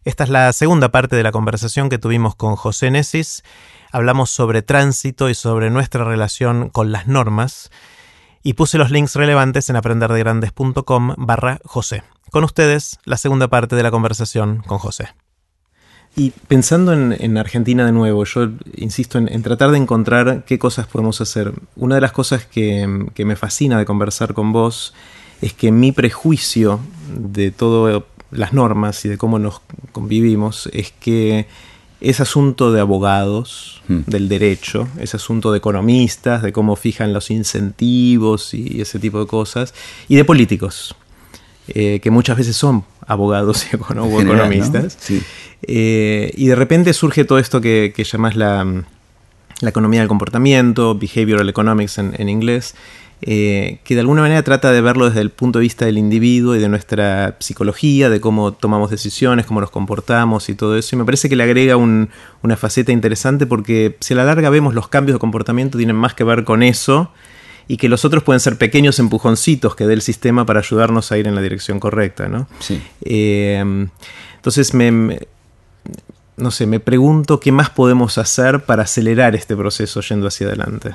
Esta es la segunda parte de la conversación que tuvimos con José Nesis. Hablamos sobre tránsito y sobre nuestra relación con las normas. Y puse los links relevantes en aprenderdegrandes.com/José. Con ustedes, la segunda parte de la conversación con José. Y pensando en Argentina de nuevo, yo insisto en tratar de encontrar qué cosas podemos hacer. Una de las cosas que me fascina de conversar con vos es que mi prejuicio de todas las normas y de cómo nos convivimos es que es asunto de abogados, del derecho, es asunto de economistas, de cómo fijan los incentivos y ese tipo de cosas, y de políticos, que muchas veces son abogados y economistas, ¿no? Sí. Y de repente surge todo esto que llamás la economía del comportamiento, behavioral economics en inglés, que de alguna manera trata de verlo desde el punto de vista del individuo y de nuestra psicología, de cómo tomamos decisiones, cómo nos comportamos y todo eso. Y me parece que le agrega una faceta interesante porque si a la larga vemos los cambios de comportamiento tienen más que ver con eso y que los otros pueden ser pequeños empujoncitos que dé el sistema para ayudarnos a ir en la dirección correcta, ¿no? Sí. Entonces no sé, me pregunto qué más podemos hacer para acelerar este proceso yendo hacia adelante.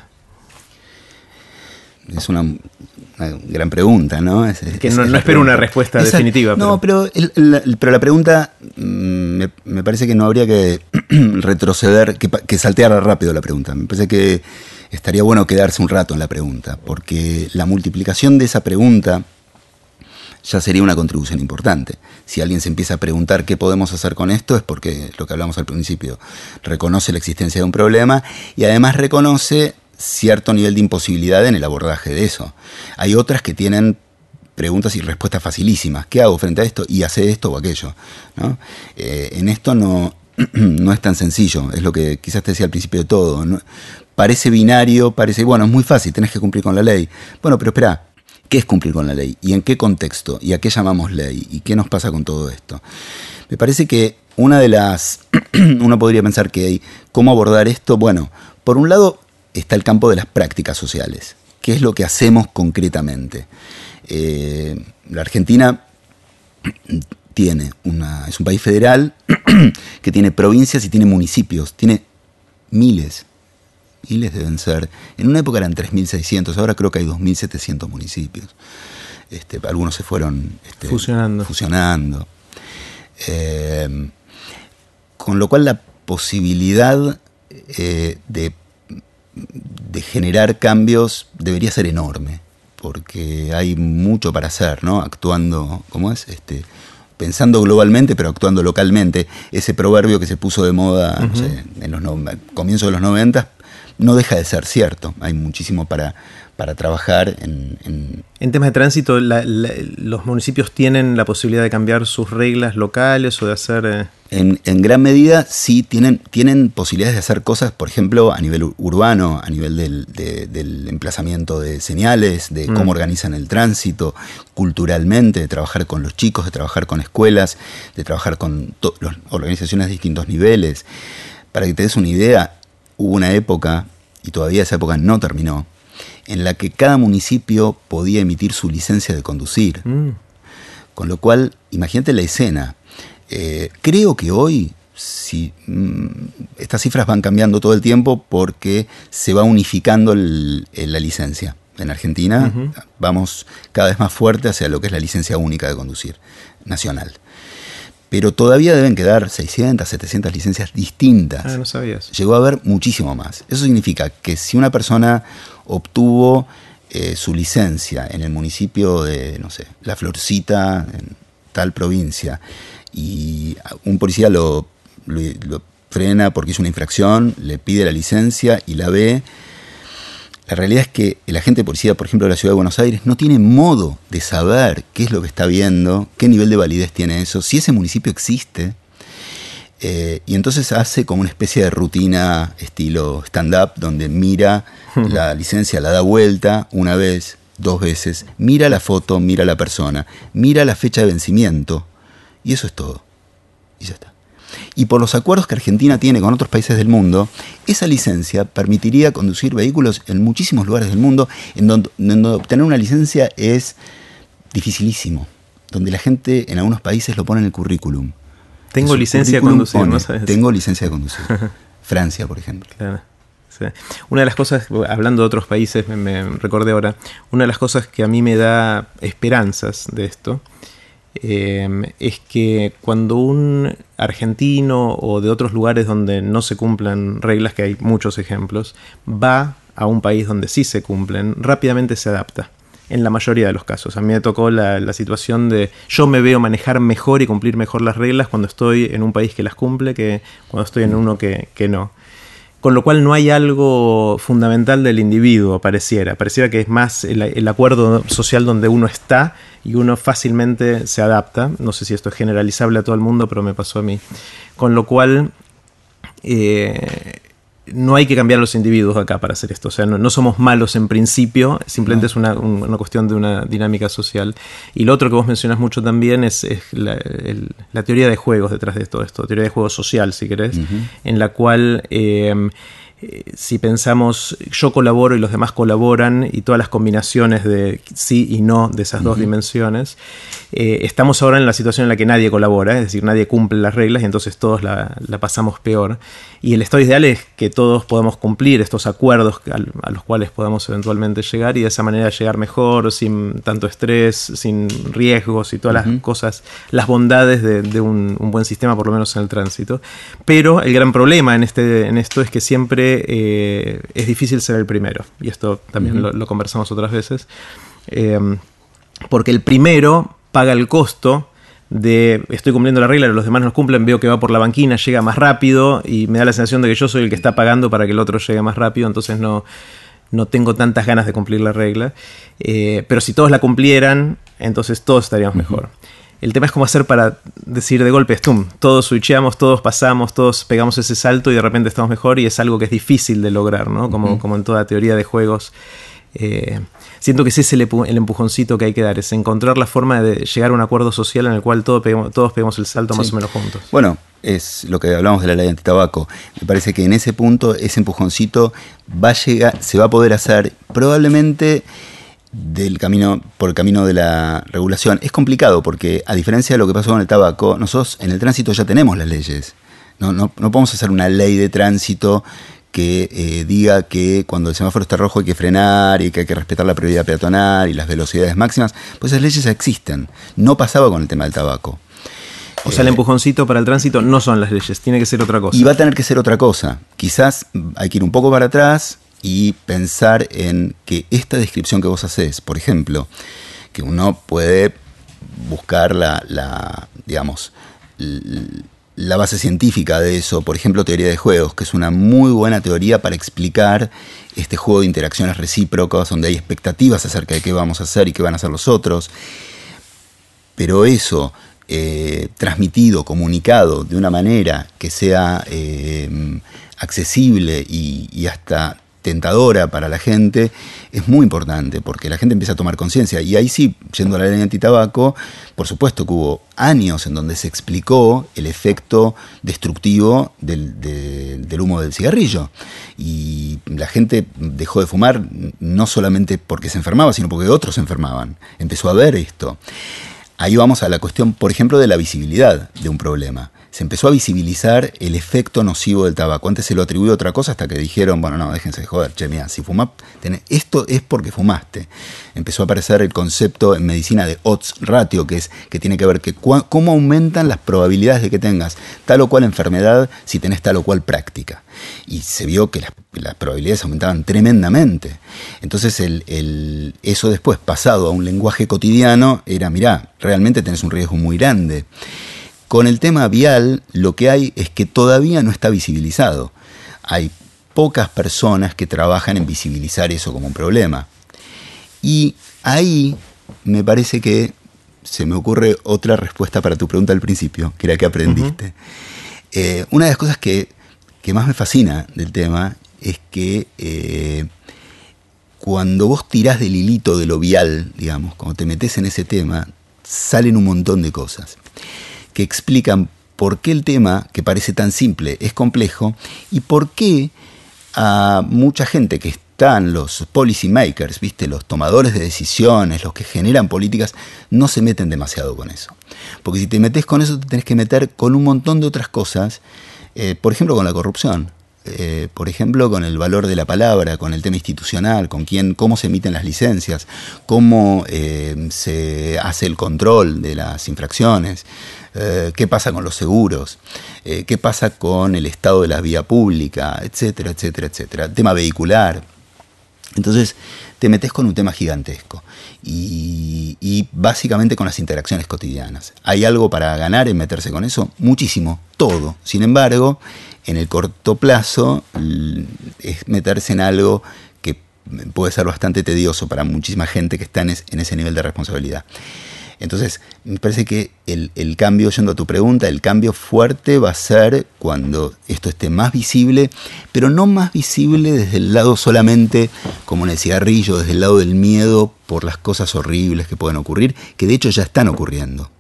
Es una gran pregunta, ¿no? No espero una respuesta definitiva. No, pero la pregunta me parece que no habría que retroceder, que salteara rápido la pregunta. Me parece que estaría bueno quedarse un rato en la pregunta, porque la multiplicación de esa pregunta ya sería una contribución importante. Si alguien se empieza a preguntar qué podemos hacer con esto, es porque, lo que hablamos al principio, reconoce la existencia de un problema y además reconoce cierto nivel de imposibilidad en el abordaje de eso. Hay otras que tienen preguntas y respuestas facilísimas. ¿Qué hago frente a esto? Y hace esto o aquello, ¿no? En esto no es tan sencillo. Es lo que quizás te decía al principio de todo, ¿no? Parece binario, bueno, es muy fácil, tenés que cumplir con la ley. Bueno, pero espera, ¿qué es cumplir con la ley? ¿Y en qué contexto? ¿Y a qué llamamos ley? ¿Y qué nos pasa con todo esto? Me parece que uno podría pensar que hay cómo abordar esto. Bueno, por un lado está el campo de las prácticas sociales. ¿Qué es lo que hacemos concretamente? La Argentina es un país federal que tiene provincias y tiene municipios. Tiene miles deben ser. En una época eran 3.600, ahora creo que hay 2.700 municipios. Algunos se fueron fusionando. Con lo cual la posibilidad de generar cambios debería ser enorme, porque hay mucho para hacer, ¿no? Actuando, pensando globalmente, pero actuando localmente. Ese proverbio que se puso de moda, no sé, en los comienzos de los 90, no deja de ser cierto. Hay muchísimo para trabajar en temas de tránsito. ¿Los municipios tienen la posibilidad de cambiar sus reglas locales o de hacer...? En gran medida sí tienen posibilidades de hacer cosas, por ejemplo, a nivel urbano, a nivel del emplazamiento de señales, de cómo organizan el tránsito, culturalmente, de trabajar con los chicos, de trabajar con escuelas, de trabajar con organizaciones de distintos niveles. Para que te des una idea, hubo una época, y todavía esa época no terminó, en la que cada municipio podía emitir su licencia de conducir. Con lo cual, imagínate la escena. Creo que hoy estas cifras van cambiando todo el tiempo porque se va unificando la licencia. En Argentina vamos cada vez más fuerte hacia lo que es la licencia única de conducir nacional. Pero todavía deben quedar 600, 700 licencias distintas. No sabías. Llegó a haber muchísimo más. Eso significa que si una persona obtuvo su licencia en el municipio de, no sé, La Florcita, en tal provincia, y un policía lo frena porque hizo una infracción, le pide la licencia y la ve, la realidad es que el agente de policía, por ejemplo, de la Ciudad de Buenos Aires, no tiene modo de saber qué es lo que está viendo, qué nivel de validez tiene eso, si ese municipio existe, y entonces hace como una especie de rutina estilo stand-up, donde mira la licencia, la da vuelta una vez, 2 veces, mira la foto, mira la persona, mira la fecha de vencimiento, y eso es todo. Y ya está. Y por los acuerdos que Argentina tiene con otros países del mundo, esa licencia permitiría conducir vehículos en muchísimos lugares del mundo, en donde obtener una licencia es dificilísimo, donde la gente en algunos países lo pone en el currículum. Tengo licencia de conducir, pone, ¿no sabes? Tengo licencia de conducir. Francia, por ejemplo. Claro. Sí. Una de las cosas, hablando de otros países, me recordé ahora, una de las cosas que a mí me da esperanzas de esto es que cuando un argentino o de otros lugares donde no se cumplan reglas, que hay muchos ejemplos, va a un país donde sí se cumplen, rápidamente se adapta. En la mayoría de los casos. A mí me tocó la situación de yo me veo manejar mejor y cumplir mejor las reglas cuando estoy en un país que las cumple que cuando estoy en uno que no. Con lo cual no hay algo fundamental del individuo, pareciera que es más el acuerdo social donde uno está y uno fácilmente se adapta. No sé si esto es generalizable a todo el mundo, pero me pasó a mí. Con lo cual no hay que cambiar los individuos acá para hacer esto. O sea, no somos malos en principio, simplemente es una cuestión de una dinámica social. Y lo otro que vos mencionás mucho también es la teoría de juegos detrás de todo esto, teoría de juegos social, si querés, en la cual si pensamos yo colaboro y los demás colaboran y todas las combinaciones de sí y no de esas dos dimensiones, estamos ahora en la situación en la que nadie colabora, es decir, nadie cumple las reglas y entonces todos la pasamos peor. Y el estado ideal es que todos podamos cumplir estos acuerdos a los cuales podamos eventualmente llegar y de esa manera llegar mejor, sin tanto estrés, sin riesgos y todas las cosas, las bondades de un buen sistema, por lo menos en el tránsito. Pero el gran problema en esto es que siempre es difícil ser el primero, y esto también lo conversamos otras veces, porque el primero paga el costo de estoy cumpliendo la regla, los demás no los cumplen, veo que va por la banquina, llega más rápido y me da la sensación de que yo soy el que está pagando para que el otro llegue más rápido, entonces no tengo tantas ganas de cumplir la regla, pero si todos la cumplieran, entonces todos estaríamos mejor. El tema es cómo hacer para decir de golpe, todos switcheamos, todos pasamos, todos pegamos ese salto y de repente estamos mejor, y es algo que es difícil de lograr, ¿no? Como en toda teoría de juegos. Siento que ese es el empujoncito que hay que dar, es encontrar la forma de llegar a un acuerdo social en el cual todos pegamos el salto más o menos juntos. Bueno, es lo que hablamos de la ley antitabaco. Me parece que en ese punto, ese empujoncito se va a poder hacer probablemente por el camino de la regulación. Es complicado porque, a diferencia de lo que pasó con el tabaco, nosotros en el tránsito ya tenemos las leyes. No podemos hacer una ley de tránsito que diga que cuando el semáforo está rojo hay que frenar y que hay que respetar la prioridad peatonal y las velocidades máximas. Pues esas leyes ya existen. No pasaba con el tema del tabaco. O sea, el empujoncito para el tránsito no son las leyes, tiene que ser otra cosa. Y va a tener que ser otra cosa. Quizás hay que ir un poco para atrás y pensar en que esta descripción que vos hacés, por ejemplo, que uno puede buscar la base científica de eso, por ejemplo, teoría de juegos, que es una muy buena teoría para explicar este juego de interacciones recíprocas, donde hay expectativas acerca de qué vamos a hacer y qué van a hacer los otros, pero eso transmitido, comunicado de una manera que sea accesible y hasta tentadora para la gente, es muy importante, porque la gente empieza a tomar conciencia. Y ahí sí, yendo a la ley antitabaco, por supuesto que hubo años en donde se explicó el efecto destructivo del humo del cigarrillo. Y la gente dejó de fumar no solamente porque se enfermaba, sino porque otros se enfermaban. Empezó a ver esto. Ahí vamos a la cuestión, por ejemplo, de la visibilidad de un problema. Se empezó a visibilizar el efecto nocivo del tabaco. Antes se lo atribuyó a otra cosa hasta que dijeron, bueno, no, déjense de joder, che, mira, si fumás, esto es porque fumaste. Empezó a aparecer el concepto en medicina de odds ratio, que tiene que ver que cómo aumentan las probabilidades de que tengas tal o cual enfermedad si tenés tal o cual práctica. Y se vio que las probabilidades aumentaban tremendamente. Entonces eso después, pasado a un lenguaje cotidiano, era, mirá, realmente tenés un riesgo muy grande. Con el tema vial, lo que hay es que todavía no está visibilizado. Hay pocas personas que trabajan en visibilizar eso como un problema. Y ahí me parece que se me ocurre otra respuesta para tu pregunta al principio, que era que aprendiste. Una de las cosas que más me fascina del tema es que cuando vos tirás del hilito de lo vial, digamos, cuando te metés en ese tema, salen un montón de cosas que explican por qué el tema, que parece tan simple, es complejo, y por qué a mucha gente que están los policy makers, ¿viste? Los tomadores de decisiones, los que generan políticas, no se meten demasiado con eso. Porque si te metes con eso, te tenés que meter con un montón de otras cosas, por ejemplo, con la corrupción. Por ejemplo, con el valor de la palabra, con el tema institucional, con cómo se emiten las licencias, cómo se hace el control de las infracciones, qué pasa con los seguros, qué pasa con el estado de la vía pública, etcétera, etcétera, etcétera. Tema vehicular. Entonces te metes con un tema gigantesco y básicamente con las interacciones cotidianas. ¿Hay algo para ganar en meterse con eso? Muchísimo, todo. Sin embargo, en el corto plazo es meterse en algo que puede ser bastante tedioso para muchísima gente que está en ese nivel de responsabilidad. Entonces, me parece que el cambio, yendo a tu pregunta, el cambio fuerte va a ser cuando esto esté más visible, pero no más visible desde el lado solamente, como en el cigarrillo, desde el lado del miedo por las cosas horribles que pueden ocurrir, que de hecho ya están ocurriendo,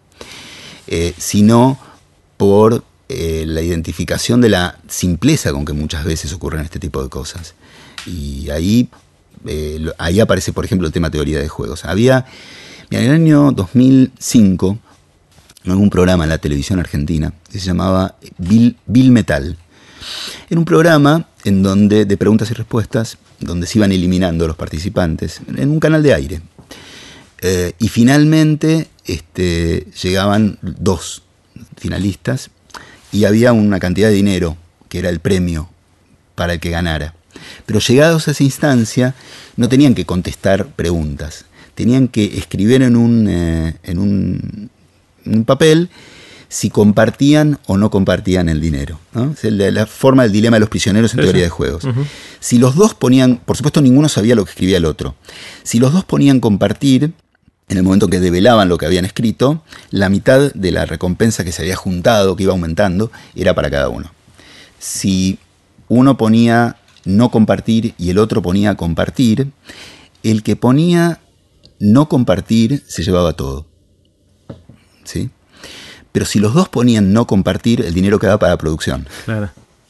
sino por la identificación de la simpleza con que muchas veces ocurren este tipo de cosas. Y ahí aparece, por ejemplo, el tema teoría de juegos. En el año 2005, en algún programa en la televisión argentina, que se llamaba Bill Metal. Era un programa de preguntas y respuestas, donde se iban eliminando los participantes, en un canal de aire. Y finalmente llegaban 2 finalistas, y había una cantidad de dinero, que era el premio para el que ganara. Pero llegados a esa instancia, no tenían que contestar preguntas. Tenían que escribir en un papel si compartían o no compartían el dinero, ¿no? Es la forma del dilema de los prisioneros en teoría de juegos. Uh-huh. Si los dos ponían, por supuesto ninguno sabía lo que escribía el otro, si los dos ponían compartir, en el momento que develaban lo que habían escrito, la mitad de la recompensa que se había juntado, que iba aumentando, era para cada uno. Si uno ponía no compartir y el otro ponía compartir, el que ponía no compartir se llevaba todo, ¿sí? Pero si los dos ponían no compartir, el dinero quedaba para la producción. Claro.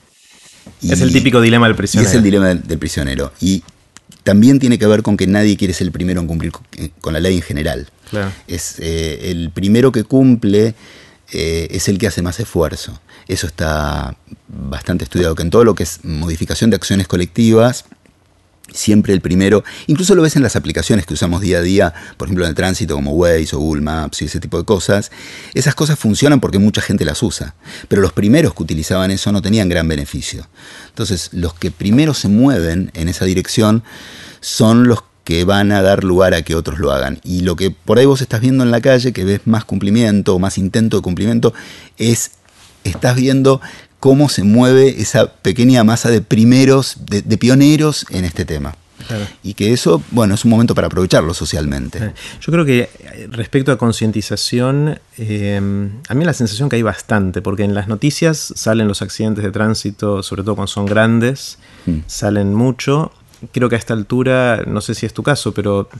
Es el típico dilema del prisionero. Y es el dilema del prisionero. Y también tiene que ver con que nadie quiere ser el primero en cumplir con la ley en general. Claro. Es el primero que cumple es el que hace más esfuerzo. Eso está bastante estudiado, que en todo lo que es modificación de acciones colectivas, siempre el primero, incluso lo ves en las aplicaciones que usamos día a día, por ejemplo en el tránsito como Waze o Google Maps y ese tipo de cosas. Esas cosas funcionan porque mucha gente las usa, pero los primeros que utilizaban eso no tenían gran beneficio. Entonces los que primero se mueven en esa dirección son los que van a dar lugar a que otros lo hagan. Y lo que por ahí vos estás viendo en la calle, que ves más cumplimiento o más intento de cumplimiento, estás viendo cómo se mueve esa pequeña masa de primeros, de pioneros en este tema. Claro. Y que eso, bueno, es un momento para aprovecharlo socialmente. Yo creo que respecto a concientización, a mí la sensación que hay bastante, porque en las noticias salen los accidentes de tránsito, sobre todo cuando son grandes, salen mucho. Creo que a esta altura, no sé si es tu caso, pero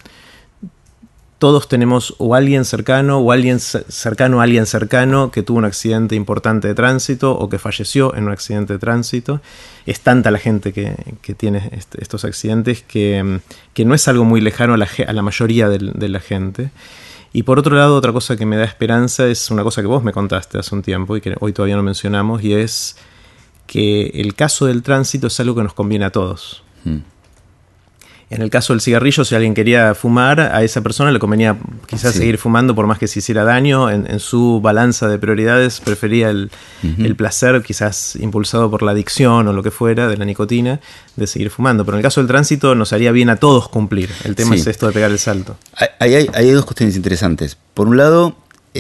todos tenemos o alguien cercano o alguien cercano a alguien cercano que tuvo un accidente importante de tránsito o que falleció en un accidente de tránsito. Es tanta la gente que tiene estos accidentes que no es algo muy lejano a la mayoría de la gente. Y por otro lado, otra cosa que me da esperanza es una cosa que vos me contaste hace un tiempo y que hoy todavía no mencionamos, y es que el caso del tránsito es algo que nos conviene a todos. En el caso del cigarrillo, si alguien quería fumar, a esa persona le convenía quizás seguir fumando por más que se hiciera daño. En su balanza de prioridades prefería el placer, quizás impulsado por la adicción o lo que fuera, de la nicotina, de seguir fumando. Pero en el caso del tránsito nos haría bien a todos cumplir. El tema es esto de pegar el salto. Hay 2 cuestiones interesantes. Por un lado,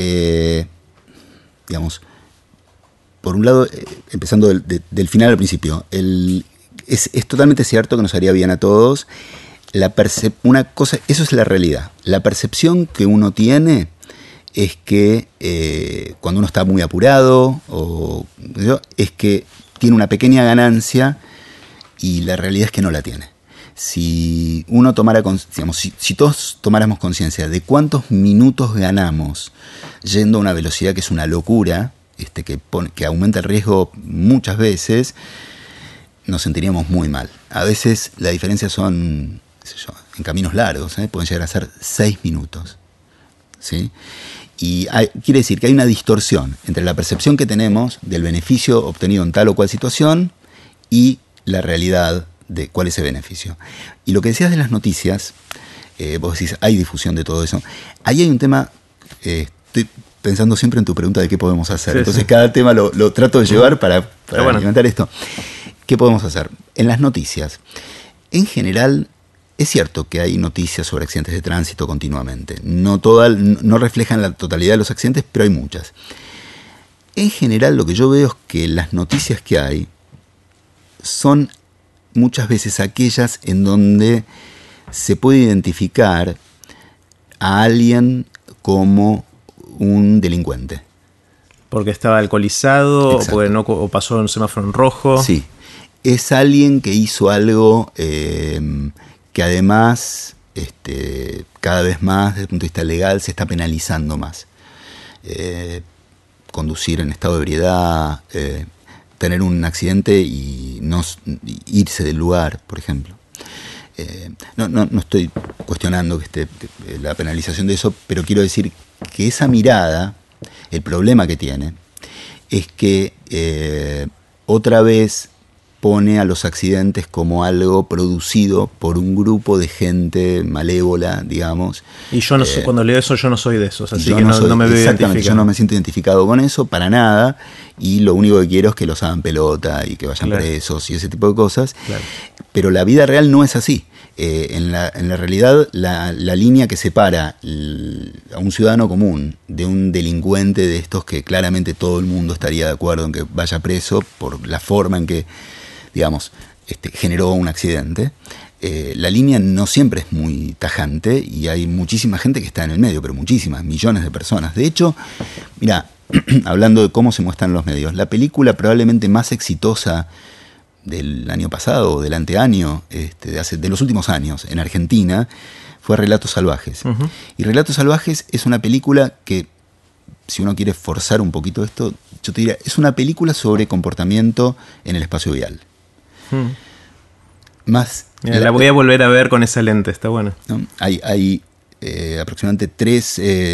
empezando del final al principio, es totalmente cierto que nos haría bien a todos. Una cosa, eso es la realidad. La percepción que uno tiene es que cuando uno está muy apurado, es que tiene una pequeña ganancia y la realidad es que no la tiene. Si uno tomara, si todos tomáramos conciencia de cuántos minutos ganamos yendo a una velocidad que es una locura, que aumenta el riesgo muchas veces, nos sentiríamos muy mal. A veces la diferencia son, en caminos largos, pueden llegar a ser 6 minutos. ¿Sí? Y quiere decir que hay una distorsión entre la percepción que tenemos del beneficio obtenido en tal o cual situación y la realidad de cuál es ese beneficio. Y lo que decías de las noticias, vos decís, hay difusión de todo eso. Ahí hay un tema, estoy pensando siempre en tu pregunta de qué podemos hacer. Sí, Entonces sí. cada tema lo trato de llevar para bueno. alimentar esto. ¿Qué podemos hacer? En las noticias, en general, es cierto que hay noticias sobre accidentes de tránsito continuamente. No reflejan la totalidad de los accidentes, pero hay muchas. En general, lo que yo veo es que las noticias que hay son muchas veces aquellas en donde se puede identificar a alguien como un delincuente. Porque estaba alcoholizado, Exacto. o, porque no, o pasó un semáforo en rojo. Sí. Es alguien que hizo algo que además cada vez más desde el punto de vista legal se está penalizando más. Conducir en estado de ebriedad, tener un accidente y no irse del lugar, por ejemplo. No estoy cuestionando que esté la penalización de eso, pero quiero decir que esa mirada, el problema que tiene, es que otra vez pone a los accidentes como algo producido por un grupo de gente malévola, digamos. Y yo no sé, cuando leo eso, yo no soy de esos, así yo que no me veo exactamente, identificado. yo no me siento identificado con eso para nada, y lo único que quiero es que los hagan pelota y que vayan Claro. presos y ese tipo de cosas. Claro. Pero la vida real no es así. En la realidad, la línea que separa a un ciudadano común de un delincuente de estos que claramente todo el mundo estaría de acuerdo en que vaya preso por la forma en que, digamos, generó un accidente, la línea no siempre es muy tajante y hay muchísima gente que está en el medio, pero muchísimas, millones de personas. De hecho, mira, hablando de cómo se muestran los medios, la película probablemente más exitosa del año pasado o del anteaño, de los últimos años en Argentina, fue Relatos Salvajes. Uh-huh. Y Relatos Salvajes es una película que, si uno quiere forzar un poquito esto, yo te diría, es una película sobre comportamiento en el espacio vial. Más Mira, la voy a volver a ver con esa lente, está buena. ¿no? Hay aproximadamente 3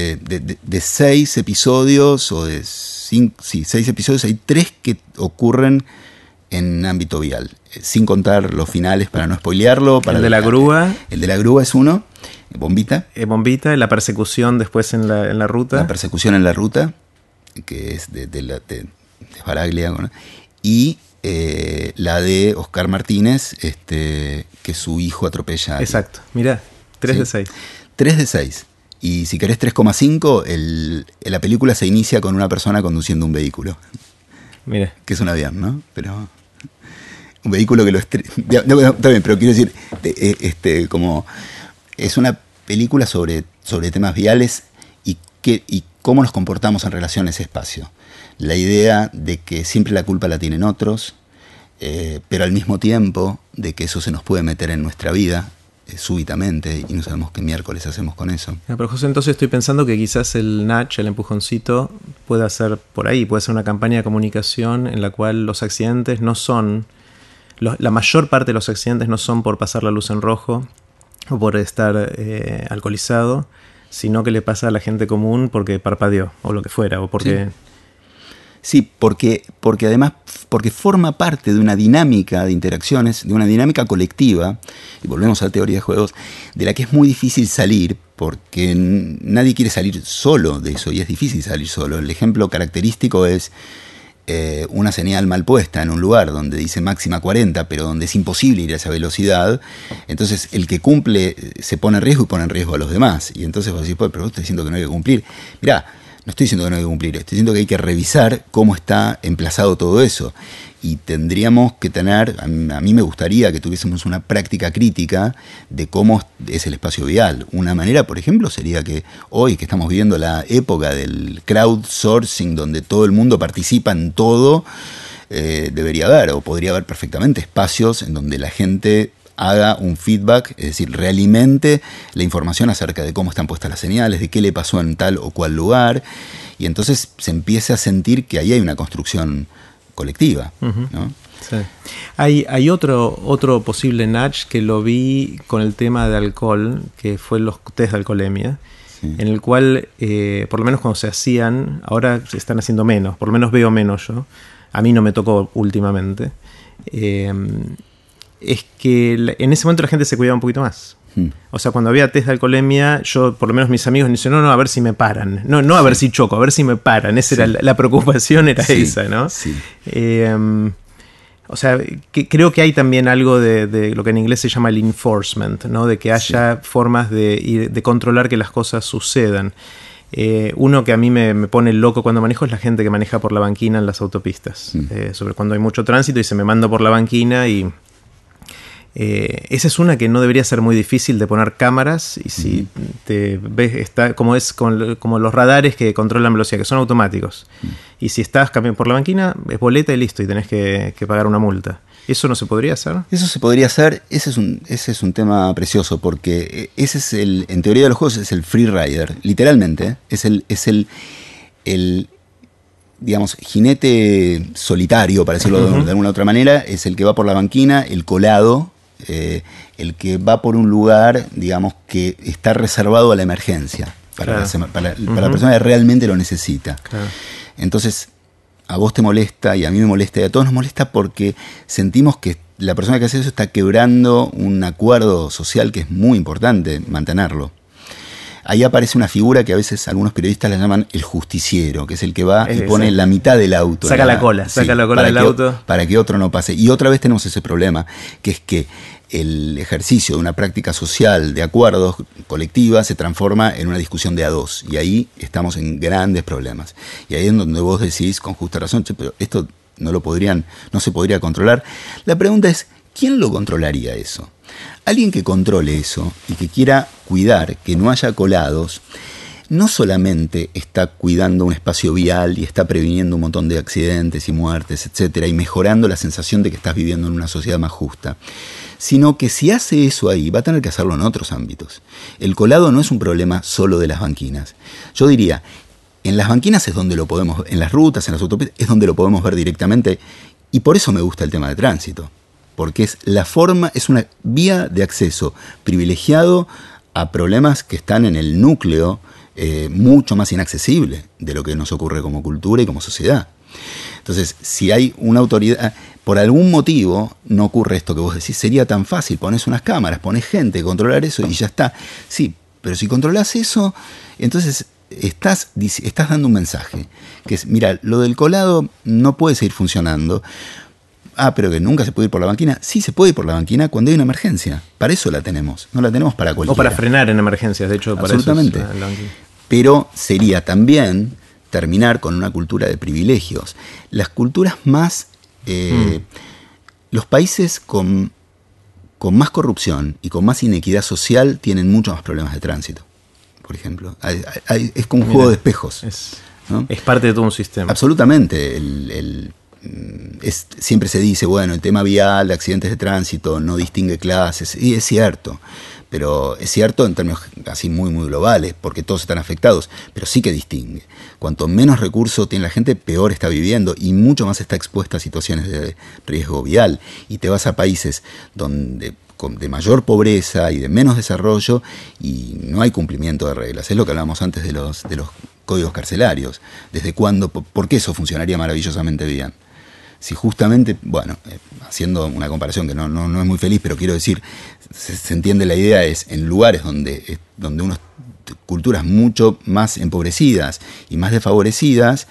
de 6 episodios o de 6 episodios, hay 3 que ocurren en ámbito vial, sin contar los finales para no spoilearlo. El de la grúa. El de la grúa es uno, Bombita. Bombita, la persecución después en la ruta. La persecución en la ruta, que es de Sbaraglia, ¿no? Y la de Oscar Martínez, que su hijo atropella. Exacto, mirá, 3 ¿sí? de 6. 3 de 6. Y si querés 3,5, la película se inicia con una persona conduciendo un vehículo. Mira. Que es un avión, ¿no? Pero un vehículo que lo está bien, pero quiero decir, como es una película sobre temas viales y cómo nos comportamos en relación a ese espacio. La idea de que siempre la culpa la tienen otros, pero al mismo tiempo de que eso se nos puede meter en nuestra vida súbitamente y no sabemos qué miércoles hacemos con eso. Pero José, entonces estoy pensando que quizás el nudge, el empujoncito, pueda ser por ahí, puede ser una campaña de comunicación en la cual los accidentes no son, la mayor parte de los accidentes no son por pasar la luz en rojo o por estar alcoholizado, sino que le pasa a la gente común porque parpadeó o lo que fuera, o porque... Sí, porque además, porque forma parte de una dinámica de interacciones, de una dinámica colectiva, y volvemos a la teoría de juegos, de la que es muy difícil salir, porque nadie quiere salir solo de eso, y es difícil salir solo. El ejemplo característico es una señal mal puesta en un lugar donde dice máxima 40, pero donde es imposible ir a esa velocidad. Entonces el que cumple se pone en riesgo y pone en riesgo a los demás. Y entonces vos decís, pero vos estás diciendo que no hay que cumplir. Mirá, no estoy diciendo que no hay que cumplir, estoy diciendo que hay que revisar cómo está emplazado todo eso. Y tendríamos que tener, a mí me gustaría que tuviésemos una práctica crítica de cómo es el espacio vial. Una manera, por ejemplo, sería que hoy que estamos viviendo la época del crowdsourcing, donde todo el mundo participa en todo, debería haber, o podría haber perfectamente espacios en donde la gente haga un feedback, es decir, realimente la información acerca de cómo están puestas las señales, de qué le pasó en tal o cual lugar, y entonces se empieza a sentir que ahí hay una construcción colectiva, ¿no? Sí. Hay otro posible nudge que lo vi con el tema de alcohol, que fue los test de alcoholemia, en el cual, por lo menos cuando se hacían, ahora se están haciendo menos, por lo menos veo menos yo, a mí no me tocó últimamente, es que en ese momento la gente se cuidaba un poquito más. O sea, cuando había test de alcoholemia, yo, por lo menos mis amigos me dicen, no, a ver si me paran. No a ver si choco, a ver si me paran. Esa era la preocupación, era esa, ¿no? Sí. O sea, creo que hay también algo de lo que en inglés se llama el enforcement, ¿no? De que haya formas de controlar que las cosas sucedan. Uno que a mí me pone loco cuando manejo es la gente que maneja por la banquina en las autopistas. Sobre cuando hay mucho tránsito y se me manda por la banquina y... esa es una que no debería ser muy difícil de poner cámaras, y si te ves, está como los radares que controlan velocidad, que son automáticos, y si estás caminando por la banquina es boleta y listo, y tenés que pagar una multa. ¿Eso no se podría hacer? Eso se podría hacer. Ese es un tema precioso, porque ese es en teoría de los juegos es el free rider, literalmente, es el digamos, jinete solitario, para decirlo de alguna otra manera, es el que va por la banquina, el colado, el que va por un lugar, digamos, que está reservado a la emergencia, para la persona que realmente lo necesita. Claro. Entonces, a vos te molesta y a mí me molesta y a todos nos molesta porque sentimos que la persona que hace eso está quebrando un acuerdo social que es muy importante mantenerlo. Ahí aparece una figura que a veces algunos periodistas la llaman el justiciero, que es el que va y pone la mitad del auto. Saca la cola del auto. Para que otro no pase. Y otra vez tenemos ese problema, que es que el ejercicio de una práctica social de acuerdos colectiva se transforma en una discusión de a dos. Y ahí estamos en grandes problemas. Y ahí es donde vos decís, con justa razón, pero esto no se podría controlar. La pregunta es, ¿quién lo controlaría eso? Alguien que controle eso y que quiera cuidar que no haya colados, no solamente está cuidando un espacio vial y está previniendo un montón de accidentes y muertes, etcétera, y mejorando la sensación de que estás viviendo en una sociedad más justa, sino que si hace eso ahí, va a tener que hacerlo en otros ámbitos. El colado no es un problema solo de las banquinas. Yo diría, en las banquinas es donde lo podemos, en las rutas, en las autopistas, es donde lo podemos ver directamente, y por eso me gusta el tema de tránsito. Porque es una vía de acceso privilegiado a problemas que están en el núcleo mucho más inaccesible de lo que nos ocurre como cultura y como sociedad. Entonces, si hay una autoridad, por algún motivo no ocurre esto que vos decís, sería tan fácil, pones unas cámaras, pones gente, controlar eso y ya está. Sí, pero si controlás eso, entonces estás dando un mensaje, que es, mira, lo del colado no puede seguir funcionando. Pero que nunca se puede ir por la banquina. Sí, se puede ir por la banquina cuando hay una emergencia. Para eso la tenemos. No la tenemos para cualquiera. O para frenar en emergencias, de hecho. Absolutamente. Para eso es la banquina. Pero sería también terminar con una cultura de privilegios. Las culturas más... Los países con más corrupción y con más inequidad social tienen muchos más problemas de tránsito, por ejemplo. Es como un juego de espejos. ¿No? Es parte de todo un sistema. Absolutamente. Siempre se dice, bueno, el tema vial, de accidentes de tránsito, no distingue clases, y es cierto, pero es cierto en términos así muy, muy globales, porque todos están afectados, pero sí que distingue. Cuanto menos recursos tiene la gente, peor está viviendo y mucho más está expuesta a situaciones de riesgo vial. Y te vas a países de mayor pobreza y de menos desarrollo y no hay cumplimiento de reglas. Es lo que hablábamos antes de los códigos carcelarios. ¿Desde cuándo? ¿Por qué eso funcionaría maravillosamente bien? Si justamente, bueno, haciendo una comparación que no es muy feliz, pero quiero decir, se entiende la idea, es en lugares donde unas culturas mucho más empobrecidas y más desfavorecidas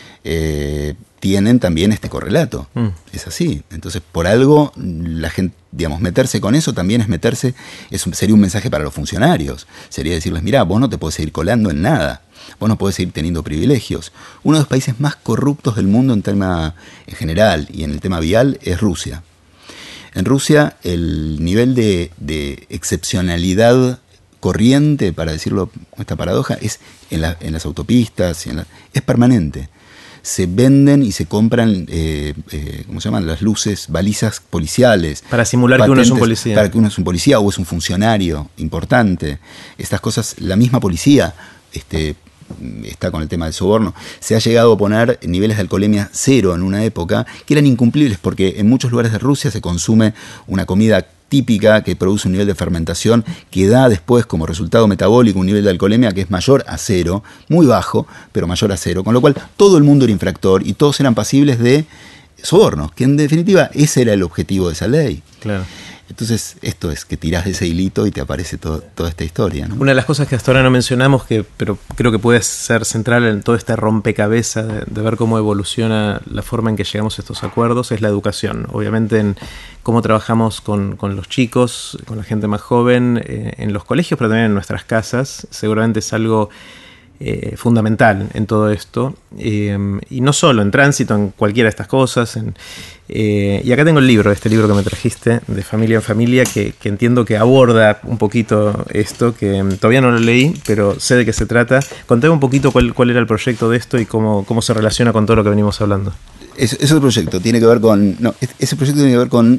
tienen también este correlato. Es así. Entonces, por algo, la gente, digamos, meterse con eso también es meterse, sería un mensaje para los funcionarios. Sería decirles, mirá, vos no te podés seguir colando en nada. Vos no podés seguir teniendo privilegios. Uno de los países más corruptos del mundo en general y en el tema vial es Rusia. En Rusia el nivel de excepcionalidad corriente, para decirlo con esta paradoja, es en las autopistas, es permanente. Se venden y se compran, ¿cómo se llaman? Las luces, balizas policiales. Para simular patentes, que uno es un policía. Para que uno es un policía o es un funcionario importante. Estas cosas, la misma policía está con el tema del soborno, se ha llegado a poner niveles de alcoholemia cero en una época que eran incumplibles porque en muchos lugares de Rusia se consume una comida típica que produce un nivel de fermentación que da después como resultado metabólico un nivel de alcoholemia que es mayor a cero, muy bajo, pero mayor a cero, con lo cual todo el mundo era infractor y todos eran pasibles de sobornos, que en definitiva ese era el objetivo de esa ley. Claro. Entonces, esto es que tirás de ese hilito y te aparece toda esta historia, ¿no? Una de las cosas que hasta ahora no mencionamos, pero creo que puede ser central en todo este rompecabezas de ver cómo evoluciona la forma en que llegamos a estos acuerdos, es la educación. Obviamente en cómo trabajamos con los chicos, con la gente más joven, en los colegios, pero también en nuestras casas, seguramente es algo fundamental en todo esto, y no solo en tránsito, en cualquiera de estas cosas. Y acá tengo este libro que me trajiste, de Familia en Familia, que entiendo que aborda un poquito esto, que todavía no lo leí, pero sé de qué se trata. Contame un poquito cuál era el proyecto de esto y cómo se relaciona con todo lo que venimos hablando. Ese proyecto tiene que ver con... No, ese proyecto tiene que ver con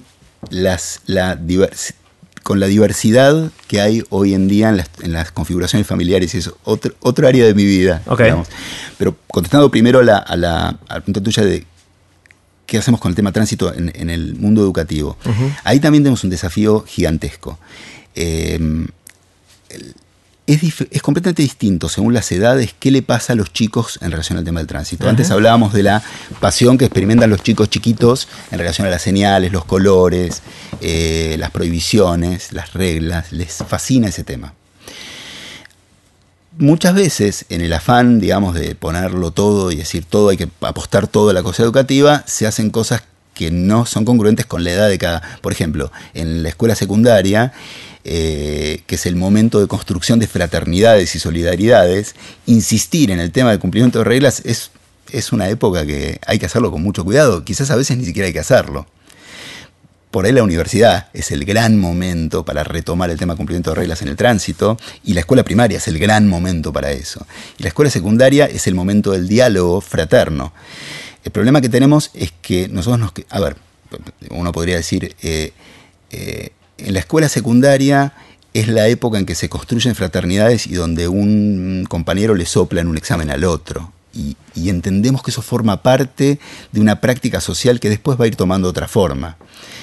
con la diversidad que hay hoy en día en las configuraciones familiares, y es otro área de mi vida. Okay. Digamos. Pero contestando primero a la pregunta tuya de qué hacemos con el tema tránsito en el mundo educativo. Uh-huh. Ahí también tenemos un desafío gigantesco. Es completamente distinto según las edades qué le pasa a los chicos en relación al tema del tránsito. Uh-huh. Antes hablábamos de la pasión que experimentan los chicos chiquitos en relación a las señales, los colores, las prohibiciones, las reglas. Les fascina ese tema. Muchas veces, en el afán, digamos, de ponerlo todo y decir todo, hay que apostar todo a la cosa educativa, se hacen cosas que no son congruentes con la edad de cada... Por ejemplo, en la escuela secundaria, que es el momento de construcción de fraternidades y solidaridades, insistir en el tema del cumplimiento de reglas es una época que hay que hacerlo con mucho cuidado. Quizás a veces ni siquiera hay que hacerlo. Por ahí la universidad es el gran momento para retomar el tema de cumplimiento de reglas en el tránsito, y la escuela primaria es el gran momento para eso. Y la escuela secundaria es el momento del diálogo fraterno. El problema que tenemos es que nosotros uno podría decir, en la escuela secundaria es la época en que se construyen fraternidades y donde un compañero le sopla en un examen al otro. Y entendemos que eso forma parte de una práctica social que después va a ir tomando otra forma.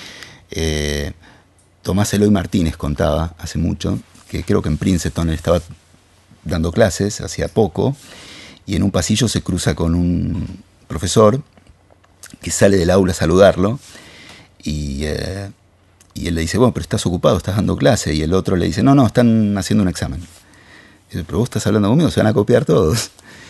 Tomás Eloy Martínez contaba hace mucho que creo que en Princeton él estaba dando clases hacía poco y en un pasillo se cruza con un profesor que sale del aula a saludarlo y él le dice, bueno, pero estás ocupado, estás dando clase, y el otro le dice, no, están haciendo un examen. Y dice, pero vos estás hablando conmigo, se van a copiar todos.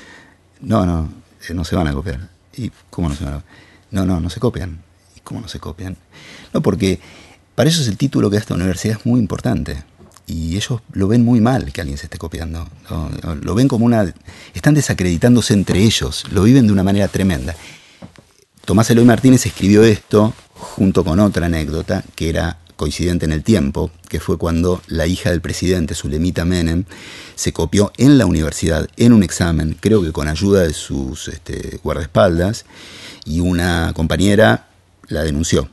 No se van a copiar. ¿Y cómo no se van a copiar? No se copian. ¿Y cómo no se copian? No, porque para ellos el título que da esta universidad es muy importante. Y ellos lo ven muy mal que alguien se esté copiando. Lo ven como están desacreditándose entre ellos. Lo viven de una manera tremenda. Tomás Eloy Martínez escribió esto junto con otra anécdota que era coincidente en el tiempo, que fue cuando la hija del presidente, Sulemita Menem, se copió en la universidad, en un examen, creo que con ayuda de sus guardaespaldas, y una compañera la denunció.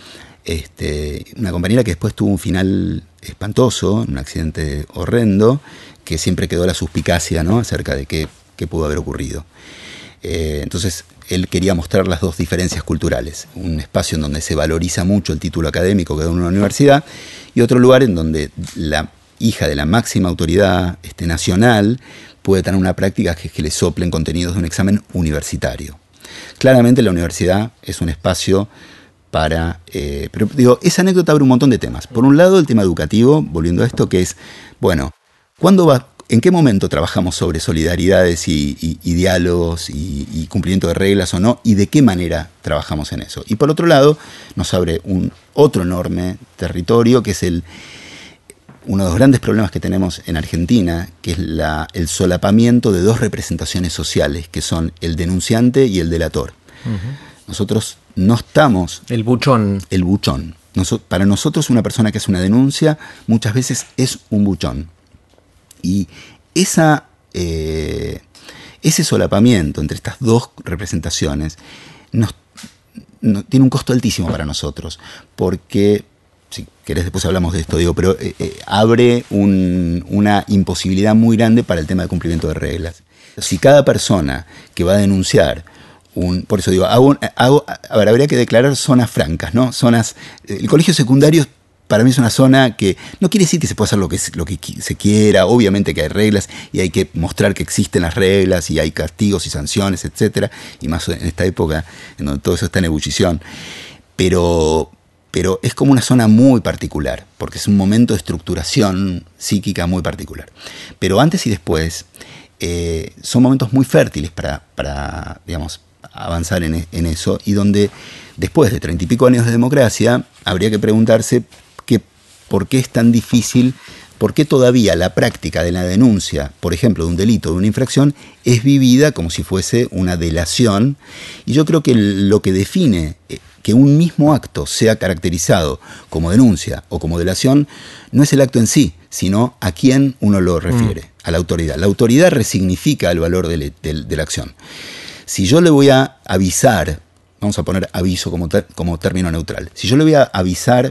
Una compañera que después tuvo un final espantoso, un accidente horrendo, que siempre quedó la suspicacia, ¿no?, acerca de qué pudo haber ocurrido. Entonces, él quería mostrar las dos diferencias culturales. Un espacio en donde se valoriza mucho el título académico que da una universidad y otro lugar en donde la hija de la máxima autoridad nacional puede tener una práctica que es que le soplen contenidos de un examen universitario. Claramente la universidad es un espacio para... pero digo, esa anécdota abre un montón de temas. Por un lado, el tema educativo, volviendo a esto, que es, bueno, ¿en qué momento trabajamos sobre solidaridades y diálogos y cumplimiento de reglas o no? ¿Y de qué manera trabajamos en eso? Y por otro lado, nos abre otro enorme territorio, que es uno de los grandes problemas que tenemos en Argentina, que es el solapamiento de dos representaciones sociales, que son el denunciante y el delator. Uh-huh. Nosotros no estamos... El buchón. El buchón. Para nosotros, una persona que hace una denuncia muchas veces es un buchón. Y ese solapamiento entre estas dos representaciones tiene un costo altísimo para nosotros, porque, si querés después hablamos de esto, pero abre una imposibilidad muy grande para el tema de cumplimiento de reglas. Si cada persona que va a denunciar por eso digo, habría que declarar zonas francas, ¿no? Zonas. El colegio secundario para mí es una zona que no quiere decir que se pueda hacer lo que se quiera. Obviamente que hay reglas y hay que mostrar que existen las reglas y hay castigos y sanciones, etcétera. Y más en esta época en donde todo eso está en ebullición. Pero es como una zona muy particular, porque es un momento de estructuración psíquica muy particular. Pero antes y después son momentos muy fértiles para digamos, avanzar en eso, y donde después de 30 y pico años de democracia habría que preguntarse por qué es tan difícil, por qué todavía la práctica de la denuncia, por ejemplo, de un delito, de una infracción, es vivida como si fuese una delación. Y yo creo que lo que define que un mismo acto sea caracterizado como denuncia o como delación no es el acto en sí, sino a quién uno lo refiere, a la autoridad. La autoridad resignifica el valor de la acción. Si yo le voy a avisar, vamos a poner aviso como término neutral, si yo le voy a avisar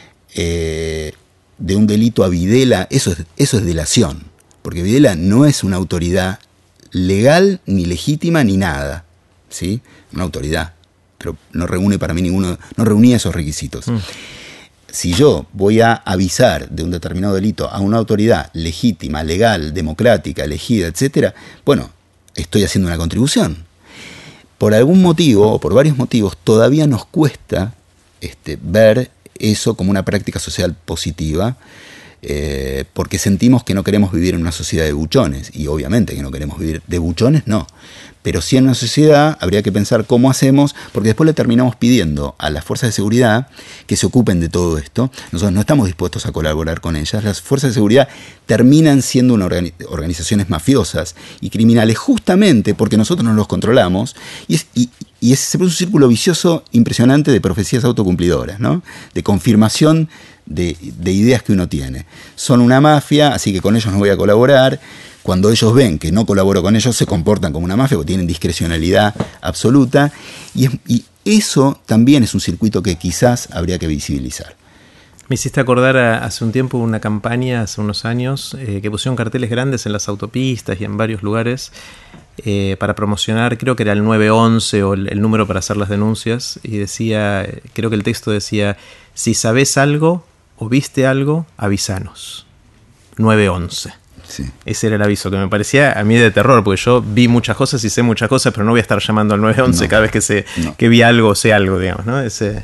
de un delito a Videla, eso es delación, porque Videla no es una autoridad legal, ni legítima, ni nada, ¿sí? Una autoridad, pero no reúne para mí no reunía esos requisitos. Si yo voy a avisar de un determinado delito a una autoridad legítima, legal, democrática, elegida, etcétera, bueno, estoy haciendo una contribución. Por algún motivo, o por varios motivos, todavía nos cuesta ver eso como una práctica social positiva, porque sentimos que no queremos vivir en una sociedad de buchones, y obviamente que no queremos vivir de buchones, no. Pero sí en una sociedad habría que pensar cómo hacemos, porque después le terminamos pidiendo a las fuerzas de seguridad que se ocupen de todo esto. Nosotros no estamos dispuestos a colaborar con ellas. Las fuerzas de seguridad terminan siendo organizaciones mafiosas y criminales justamente porque nosotros no los controlamos, y se produce un círculo vicioso impresionante de profecías autocumplidoras, ¿no? De confirmación de ideas que uno tiene. Son una mafia, así que con ellos no voy a colaborar. Cuando ellos ven que no colaboro con ellos, se comportan como una mafia, porque tienen discrecionalidad absoluta. Y eso también es un circuito que quizás habría que visibilizar. Me hiciste acordar hace un tiempo una campaña, hace unos años, que pusieron carteles grandes en las autopistas y en varios lugares para promocionar, creo que era el 911 o el número para hacer las denuncias. Y decía, creo que el texto decía, si sabés algo o viste algo, avisanos. 911. Sí. Ese era el aviso, que me parecía a mí de terror, porque yo vi muchas cosas y sé muchas cosas, pero no voy a estar llamando al 911 cada vez que vi algo o sé algo, digamos, ¿no?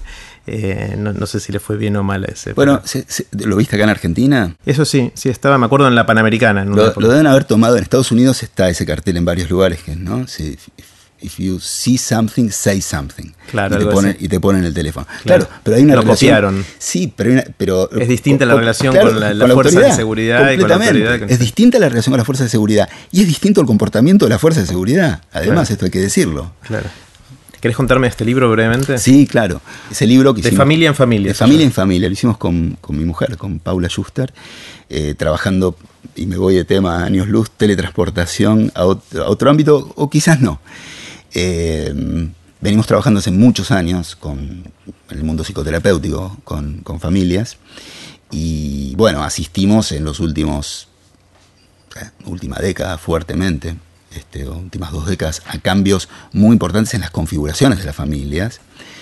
No sé si le fue bien o mal a ese. Bueno, ¿lo viste acá en Argentina? Eso sí estaba, me acuerdo, en la Panamericana. Lo deben haber tomado. En Estados Unidos está ese cartel en varios lugares, ¿no? Sí, if you see something, say something. Claro, y te ponen el teléfono. Claro, pero hay una relación. Copiaron. Sí, pero es distinta la relación con la fuerza de seguridad y con la autoridad. Es distinta la relación con la fuerza de seguridad y es distinto el comportamiento de la fuerza de seguridad. Además, esto hay que decirlo. Claro. ¿Querés contarme este libro brevemente? Sí, claro. Ese libro que de hicimos, familia en familia. De familia en familia. Lo hicimos con mi mujer, con Paula Schuster, trabajando, y me voy de tema años luz, teletransportación a otro ámbito, o quizás no. Venimos trabajando hace muchos años en el mundo psicoterapéutico con familias, y bueno, asistimos en los última década fuertemente, últimas 2 décadas, a cambios muy importantes en las configuraciones de las familias,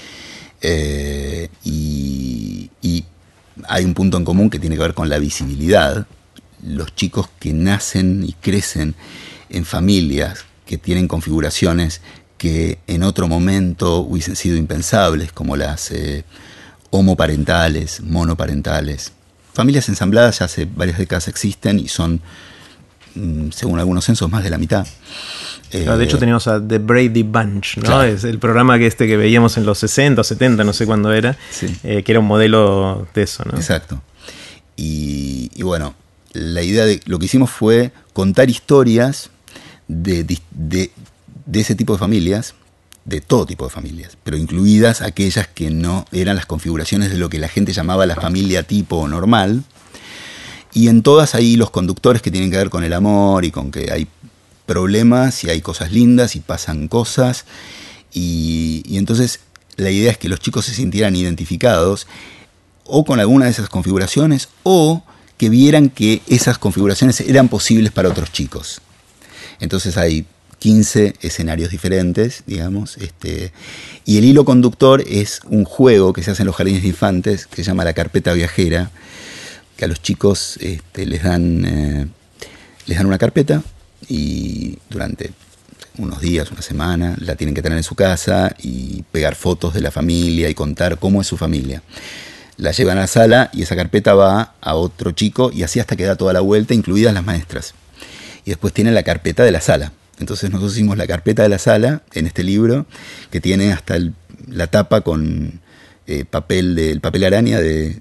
y hay un punto en común que tiene que ver con la visibilidad. Los chicos que nacen y crecen en familias que tienen configuraciones que en otro momento hubiesen sido impensables, como las homoparentales, monoparentales. Familias ensambladas ya hace varias décadas existen y son, según algunos censos, más de la mitad. De hecho teníamos a The Brady Bunch, ¿no? Claro. Es el programa que veíamos en los 60 o 70, no sé cuándo era, sí. Que era un modelo de eso, ¿no? Exacto. Y bueno, la idea de lo que hicimos fue contar historias de ese tipo de familias, de todo tipo de familias, pero incluidas aquellas que no eran las configuraciones de lo que la gente llamaba la familia tipo normal, y en todas ahí los conductores que tienen que ver con el amor y con que hay problemas y hay cosas lindas y pasan cosas, y entonces la idea es que los chicos se sintieran identificados o con alguna de esas configuraciones, o que vieran que esas configuraciones eran posibles para otros chicos. Entonces hay 15 escenarios diferentes, digamos, y el hilo conductor es un juego que se hace en los jardines de infantes, que se llama la carpeta viajera, que a los chicos les dan una carpeta y durante unos días, una semana, la tienen que tener en su casa y pegar fotos de la familia y contar cómo es su familia. La llevan a la sala y esa carpeta va a otro chico y así hasta que da toda la vuelta, incluidas las maestras. Y después tienen la carpeta de la sala. Entonces nosotros hicimos la carpeta de la sala en este libro, que tiene hasta la tapa con papel araña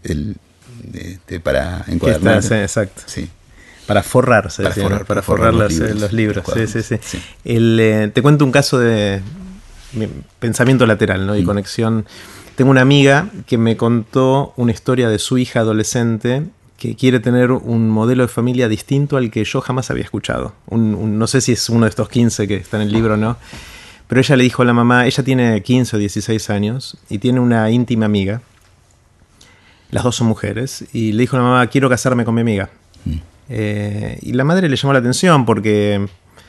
para encuadernar. Sí, exacto. Sí. Para forrarse, para forrar los libros. Sí. Te cuento un caso de pensamiento lateral, ¿no? Y conexión. Tengo una amiga que me contó una historia de su hija adolescente que quiere tener un modelo de familia distinto al que yo jamás había escuchado. No sé si es uno de estos 15 que está en el libro o no, pero ella le dijo a la mamá, ella tiene 15 o 16 años y tiene una íntima amiga, las dos son mujeres, y le dijo a la mamá, quiero casarme con mi amiga. Y la madre le llamó la atención porque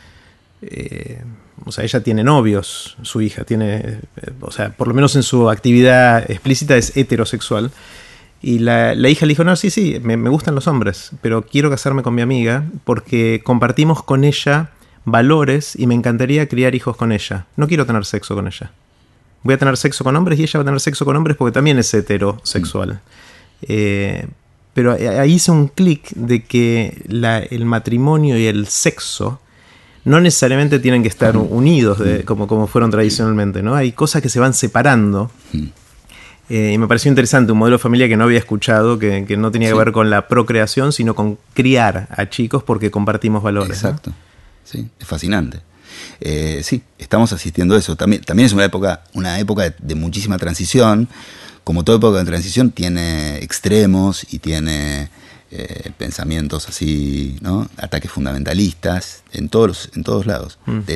ella tiene novios, su hija tiene, por lo menos en su actividad explícita es heterosexual. Y la hija le dijo, no, sí, me gustan los hombres, pero quiero casarme con mi amiga porque compartimos con ella valores y me encantaría criar hijos con ella. No quiero tener sexo con ella. Voy a tener sexo con hombres y ella va a tener sexo con hombres porque también es heterosexual. Pero ahí hice un clic de que el matrimonio y el sexo no necesariamente tienen que estar unidos como fueron tradicionalmente, ¿no? Hay cosas que se van separando. Y me pareció interesante un modelo de familia que no había escuchado, que no tenía que ver con la procreación, sino con criar a chicos porque compartimos valores. Exacto. ¿No? Sí, es fascinante. Sí, estamos asistiendo a eso. También es una época de muchísima transición. Como toda época de transición tiene extremos y tiene pensamientos así, ¿no? Ataques fundamentalistas en todos lados, de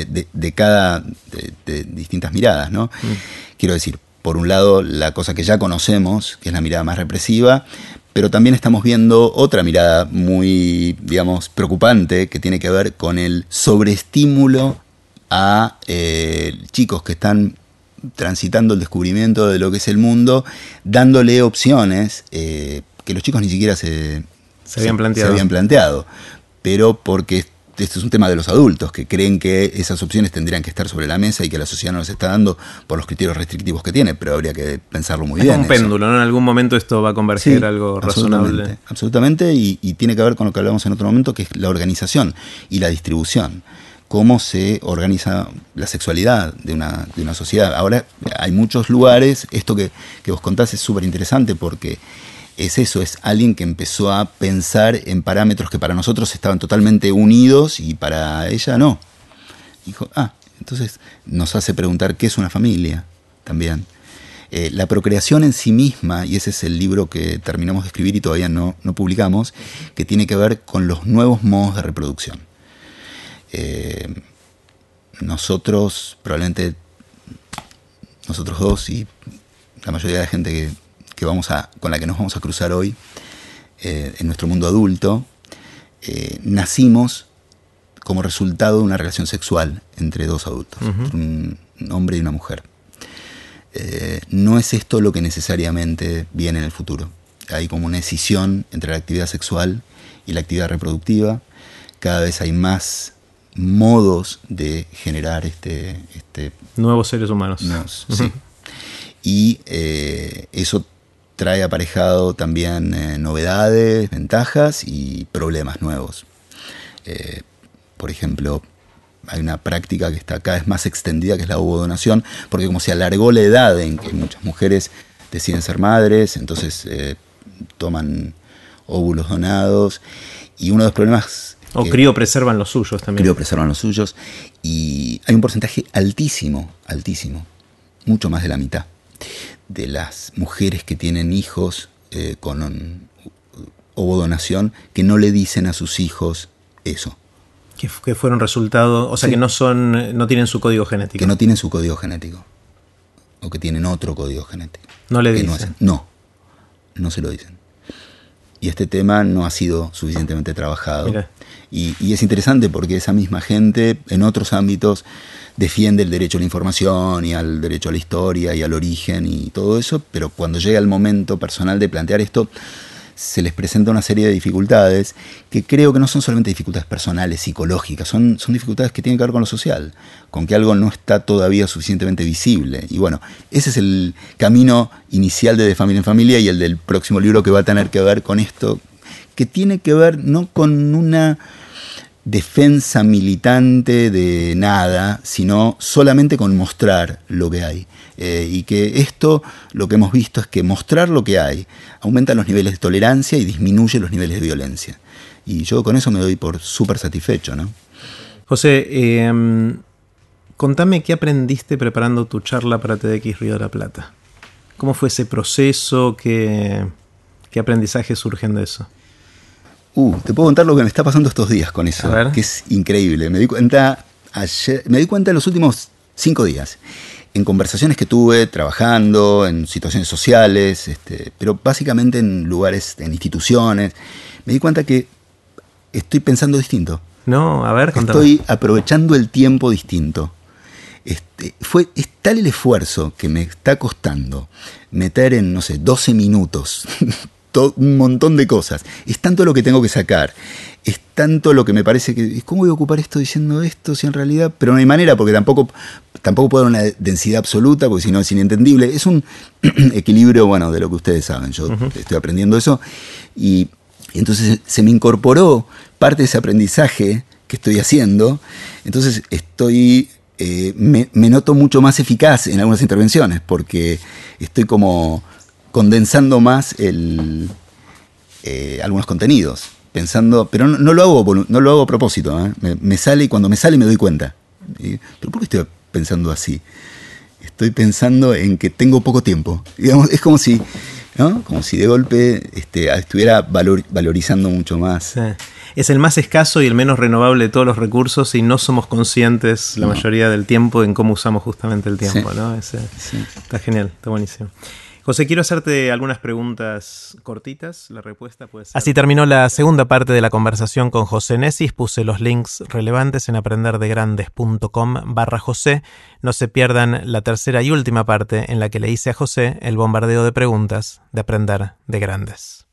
distintas miradas, ¿no? Quiero decir, por un lado la cosa que ya conocemos, que es la mirada más represiva, pero también estamos viendo otra mirada muy, digamos, preocupante, que tiene que ver con el sobreestímulo a chicos que están transitando el descubrimiento de lo que es el mundo, dándole opciones que los chicos ni siquiera se habían planteado, pero porque esto es un tema de los adultos, que creen que esas opciones tendrían que estar sobre la mesa y que la sociedad no las está dando por los criterios restrictivos que tiene, pero habría que pensarlo muy bien. Es un péndulo, ¿no? En algún momento esto va a converger algo razonable. Absolutamente, y tiene que ver con lo que hablamos en otro momento, que es la organización y la distribución. Cómo se organiza la sexualidad de una sociedad. Ahora hay muchos lugares, esto que vos contás es súper interesante porque es eso, es alguien que empezó a pensar en parámetros que para nosotros estaban totalmente unidos y para ella no. Dijo, entonces nos hace preguntar qué es una familia también. La procreación en sí misma, y ese es el libro que terminamos de escribir y todavía no publicamos, que tiene que ver con los nuevos modos de reproducción. Nosotros, probablemente nosotros dos y la mayoría de la gente con la que nos vamos a cruzar hoy en nuestro mundo adulto, nacimos como resultado de una relación sexual entre dos adultos, entre un hombre y una mujer. No es esto lo que necesariamente viene en el futuro. Hay como una escisión entre la actividad sexual y la actividad reproductiva. Cada vez hay más modos de generar nuevos seres humanos. Sí. Y eso trae aparejado también novedades, ventajas y problemas nuevos. Por ejemplo, hay una práctica que está cada vez más extendida, que es la ovodonación, porque como se alargó la edad en que muchas mujeres deciden ser madres, entonces toman óvulos donados, y uno de los problemas... O criopreservan los suyos también. Criopreservan los suyos, y hay un porcentaje altísimo, mucho más de la mitad, de las mujeres que tienen hijos con ovodonación que no le dicen a sus hijos eso. Que fueron resultado, o sea, que no tienen su código genético. Que no tienen su código genético. O que tienen otro código genético. No le dicen. No se lo dicen. y este tema no ha sido suficientemente trabajado. Mira. Y es interesante porque esa misma gente en otros ámbitos defiende el derecho a la información y al derecho a la historia y al origen y todo eso, pero cuando llega el momento personal de plantear esto, se les presenta una serie de dificultades que creo que no son solamente dificultades personales, psicológicas, son dificultades que tienen que ver con lo social, con que algo no está todavía suficientemente visible. Y bueno, ese es el camino inicial de Familia en Familia y el del próximo libro, que va a tener que ver con esto, que tiene que ver no con una defensa militante de nada, sino solamente con mostrar lo que hay. Y que esto, lo que hemos visto es que mostrar lo que hay aumenta los niveles de tolerancia y disminuye los niveles de violencia. Y yo con eso me doy por súper satisfecho, ¿no? José, contame qué aprendiste preparando tu charla para TEDx Río de la Plata. ¿Cómo fue ese proceso? ¿Qué aprendizajes surgen de eso? Te puedo contar lo que me está pasando estos días con eso, que es increíble. Me di cuenta en los últimos 5 días, en conversaciones que tuve, trabajando, en situaciones sociales, pero básicamente en lugares, en instituciones, me di cuenta que estoy pensando distinto. No, a ver, contame. Estoy aprovechando el tiempo distinto. Es tal el esfuerzo que me está costando meter en, 12 minutos un montón de cosas. Es tanto lo que tengo que sacar. Es tanto lo que me parece que... ¿Cómo voy a ocupar esto diciendo esto si en realidad...? Pero no hay manera, porque tampoco puedo dar una densidad absoluta, porque si no es inentendible. Es un equilibrio, bueno, de lo que ustedes saben. Yo estoy aprendiendo eso. Y entonces se me incorporó parte de ese aprendizaje que estoy haciendo. Entonces me noto mucho más eficaz en algunas intervenciones, porque estoy como condensando más algunos contenidos, pensando, pero no lo hago a propósito, ¿eh? Me sale, y cuando me sale me doy cuenta. ¿Pero por qué estoy pensando así? Estoy pensando en que tengo poco tiempo. Digamos, es como si, ¿no? Como si de golpe estuviera valorizando mucho más. Sí. Es el más escaso y el menos renovable de todos los recursos, y no somos conscientes la mayoría del tiempo en cómo usamos justamente el tiempo, sí. ¿No? Está genial, está buenísimo. José, quiero hacerte algunas preguntas cortitas. La respuesta puede ser... Así terminó la segunda parte de la conversación con José Nesis. Puse los links relevantes en aprenderdegrandes.com/José. No se pierdan la tercera y última parte, en la que le hice a José el bombardeo de preguntas de Aprender de Grandes.